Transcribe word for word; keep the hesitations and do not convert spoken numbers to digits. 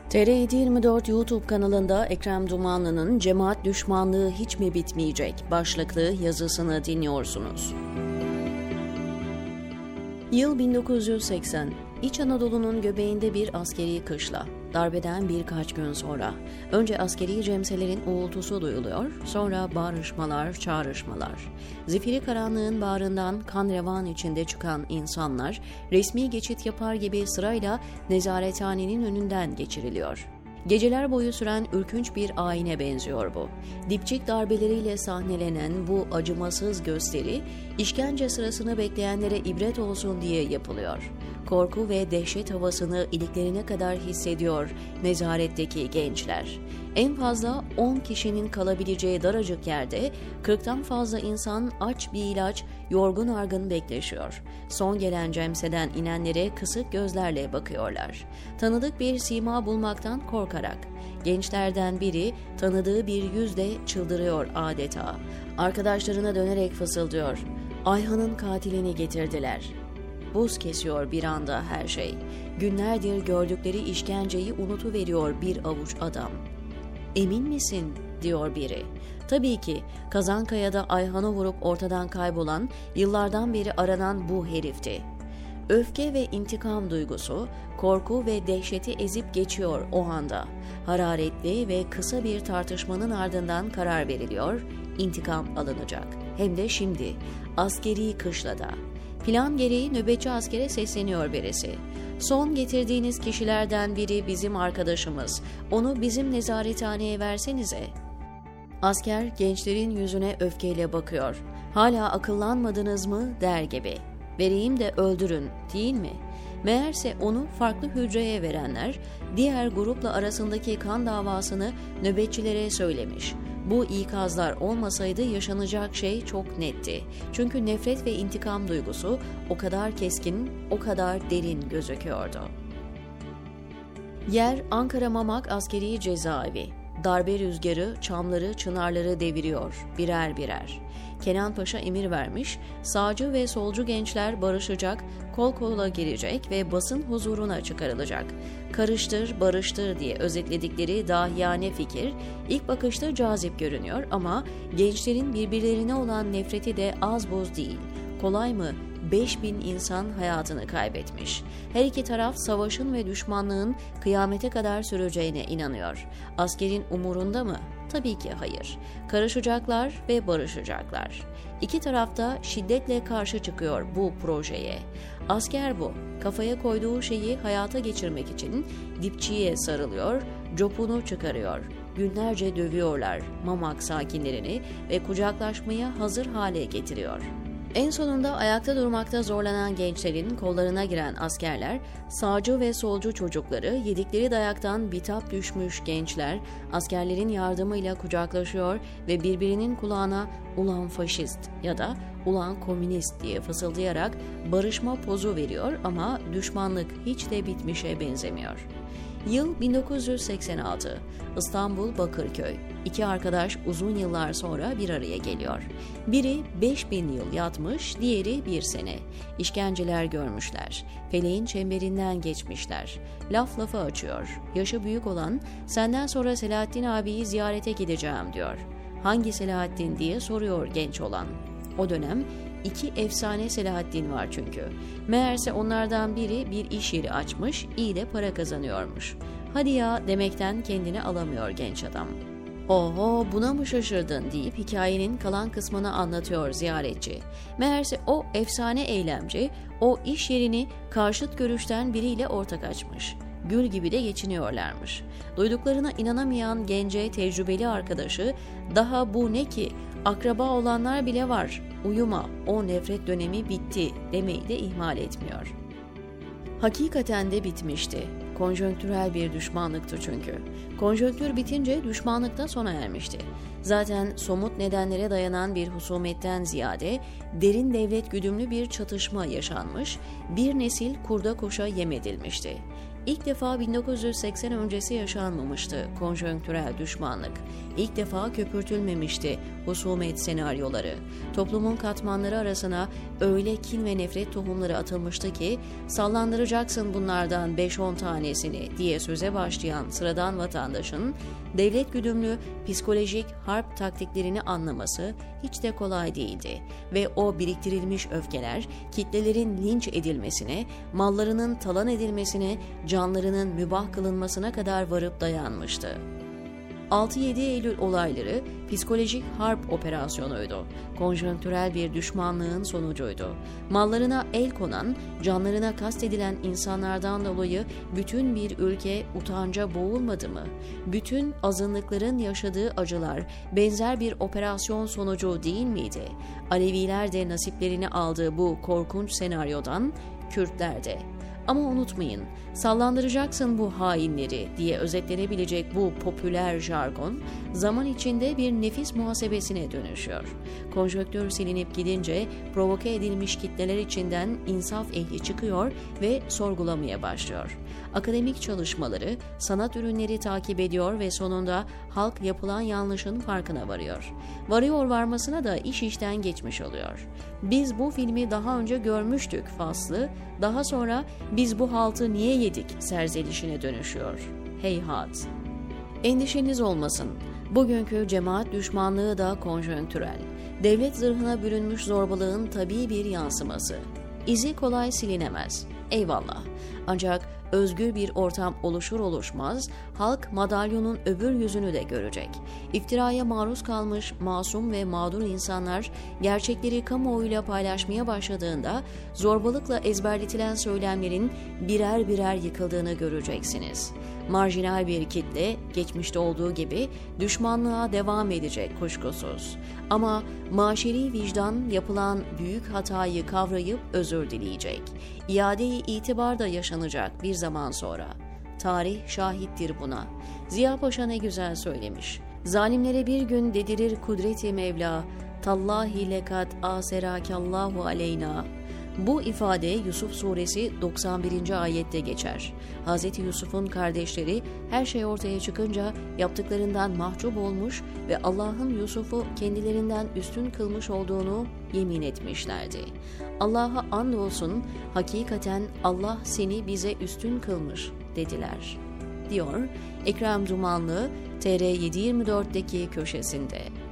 T R yedi yirmi dört YouTube kanalında Ekrem Dumanlı'nın "Cemaat düşmanlığı hiç mi bitmeyecek?" başlıklı yazısını dinliyorsunuz. Yıl bin dokuz yüz seksen. İç Anadolu'nun göbeğinde bir askeri kışla. Darbeden birkaç gün sonra. Önce askeri cemselerin uğultusu duyuluyor, sonra bağrışmalar, çağrışmalar. Zifiri karanlığın bağrından kan revan içinde çıkan insanlar, resmi geçit yapar gibi sırayla nezarethanenin önünden geçiriliyor. Geceler boyu süren ürkünç bir ayine benziyor bu. Dipçik darbeleriyle sahnelenen bu acımasız gösteri, işkence sırasını bekleyenlere ibret olsun diye yapılıyor. Korku ve dehşet havasını iliklerine kadar hissediyor nezaretteki gençler. En fazla on kişinin kalabileceği daracık yerde kırktan fazla insan aç bir ilaç, yorgun argın bekleşiyor. Son gelen cemseden inenlere kısık gözlerle bakıyorlar. Tanıdık bir sima bulmaktan korkarak. Gençlerden biri tanıdığı bir yüzle çıldırıyor adeta. Arkadaşlarına dönerek fısıldıyor. "Ayhan'ın katilini getirdiler." Buz kesiyor bir anda her şey. Günlerdir gördükleri işkenceyi unutuveriyor bir avuç adam. "Emin misin?" diyor biri. Tabii ki Kazankaya'da Ayhan'ı vurup ortadan kaybolan, yıllardan beri aranan bu herifti. Öfke ve intikam duygusu, korku ve dehşeti ezip geçiyor o anda. Hararetli ve kısa bir tartışmanın ardından karar veriliyor, intikam alınacak. Hem de şimdi, askeri kışlada. Plan gereği nöbetçi askere sesleniyor birisi. "Son getirdiğiniz kişilerden biri bizim arkadaşımız. Onu bizim nezarethaneye versenize." Asker gençlerin yüzüne öfkeyle bakıyor. "Hala akıllanmadınız mı?" der gibi. "Vereyim de öldürün, değil mi?" Meğerse onu farklı hücreye verenler, diğer grupla arasındaki kan davasını nöbetçilere söylemiş. Bu ikazlar olmasaydı yaşanacak şey çok netti. Çünkü nefret ve intikam duygusu o kadar keskin, o kadar derin gözüküyordu. Yer Ankara Mamak Askeri Cezaevi. Darbe rüzgarı çamları, çınarları deviriyor birer birer. Kenan Paşa emir vermiş, sağcı ve solcu gençler barışacak, kol kola girecek ve basın huzuruna çıkarılacak. Karıştır, barıştır diye özetledikleri dahiyane fikir ilk bakışta cazip görünüyor ama gençlerin birbirlerine olan nefreti de az buz değil. Kolay mı? beş bin insan hayatını kaybetmiş. Her iki taraf savaşın ve düşmanlığın kıyamete kadar süreceğine inanıyor. Askerin umurunda mı? Tabii ki hayır. Karışacaklar ve barışacaklar. İki tarafta şiddetle karşı çıkıyor bu projeye. Asker bu. Kafaya koyduğu şeyi hayata geçirmek için dipçiye sarılıyor, copunu çıkarıyor. Günlerce dövüyorlar Mamak sakinlerini ve kucaklaşmaya hazır hale getiriyor. En sonunda ayakta durmakta zorlanan gençlerin kollarına giren askerler, sağcı ve solcu çocukları, yedikleri dayaktan bitap düşmüş gençler, askerlerin yardımıyla kucaklaşıyor ve birbirinin kulağına "ulan faşist" ya da "ulan komünist" diye fısıldayarak barışma pozu veriyor ama düşmanlık hiç de bitmişe benzemiyor. Yıl bin dokuz yüz seksen altı. İstanbul Bakırköy. İki arkadaş uzun yıllar sonra bir araya geliyor. Biri beş bin yıl yatmış, diğeri bir sene. İşkenceler görmüşler. Feleğin çemberinden geçmişler. Laf lafı açıyor. Yaşı büyük olan, "Senden sonra Selahattin abiyi ziyarete gideceğim" diyor. "Hangi Selahattin?" diye soruyor genç olan. O dönem İki efsane Selahattin var çünkü. Meğerse onlardan biri bir iş yeri açmış, iyi de para kazanıyormuş. "Hadi ya" demekten kendini alamıyor genç adam. "Oho, buna mı şaşırdın?" deyip hikayenin kalan kısmını anlatıyor ziyaretçi. Meğerse o efsane eylemci, o iş yerini karşıt görüşten biriyle ortak açmış. Gül gibi de geçiniyorlarmış. Duyduklarına inanamayan gence tecrübeli arkadaşı, "Daha bu ne ki? Akraba olanlar bile var. Uyuma, o nefret dönemi bitti" demeyi de ihmal etmiyor. Hakikaten de bitmişti. Konjonktürel bir düşmanlıktı çünkü. Konjonktür bitince düşmanlık da sona ermişti. Zaten somut nedenlere dayanan bir husumetten ziyade derin devlet güdümlü bir çatışma yaşanmış, bir nesil kurda koşa yem edilmişti. İlk defa bin dokuz yüz seksen öncesi yaşanmamıştı konjonktürel düşmanlık. İlk defa köpürtülmemişti husumet senaryoları. Toplumun katmanları arasına öyle kin ve nefret tohumları atılmıştı ki sallandıracaksın bunlardan beş on tanesini diye söze başlayan sıradan vatandaşın devlet güdümlü psikolojik harp taktiklerini anlaması hiç de kolay değildi ve o biriktirilmiş öfkeler kitlelerin linç edilmesine, mallarının talan edilmesine, canlarının mübah kılınmasına kadar varıp dayanmıştı. altı yedi Eylül olayları psikolojik harp operasyonuydu. Konjonktürel bir düşmanlığın sonucuydu. Mallarına el konan, canlarına kastedilen insanlardan dolayı bütün bir ülke utanca boğulmadı mı? Bütün azınlıkların yaşadığı acılar benzer bir operasyon sonucu değil miydi? Aleviler de nasiplerini aldığı bu korkunç senaryodan, Kürtler de. Ama unutmayın, sallandıracaksın bu hainleri diye özetlenebilecek bu popüler jargon, zaman içinde bir nefis muhasebesine dönüşüyor. Konjonktür silinip gidince provoke edilmiş kitleler içinden insaf ehli çıkıyor ve sorgulamaya başlıyor. Akademik çalışmaları, sanat ürünleri takip ediyor ve sonunda halk yapılan yanlışın farkına varıyor. Varıyor varmasına da iş işten geçmiş oluyor. Biz bu filmi daha önce görmüştük faslı, daha sonra biz bu haltı niye yedik serzenişine dönüşüyor. Heyhat. Endişeniz olmasın. Bugünkü cemaat düşmanlığı da konjonktürel. Devlet zırhına bürünmüş zorbalığın tabii bir yansıması. İzi kolay silinemez. Eyvallah. Ancak özgür bir ortam oluşur oluşmaz, halk madalyonun öbür yüzünü de görecek. İftiraya maruz kalmış masum ve mağdur insanlar gerçekleri kamuoyuyla paylaşmaya başladığında zorbalıkla ezberletilen söylemlerin birer birer yıkıldığını göreceksiniz. Marjinal bir kitle geçmişte olduğu gibi düşmanlığa devam edecek kuşkusuz. Ama maşeri vicdan yapılan büyük hatayı kavrayıp özür dileyecek. İade-i itibar da yaşanacak bir zaman sonra. Tarih şahittir buna. Ziya Paşa ne güzel söylemiş. Zalimlere bir gün dedirir kudreti Mevla, tallahi lekad aserakallahu aleyna. Bu ifade Yusuf suresi doksan birinci ayette geçer. Hazreti Yusuf'un kardeşleri her şey ortaya çıkınca yaptıklarından mahcup olmuş ve Allah'ın Yusuf'u kendilerinden üstün kılmış olduğunu yemin etmişlerdi. Allah'a andolsun hakikaten Allah seni bize üstün kılmış dediler, diyor Ekrem Dumanlı T R yedi yirmi dört'teki köşesinde.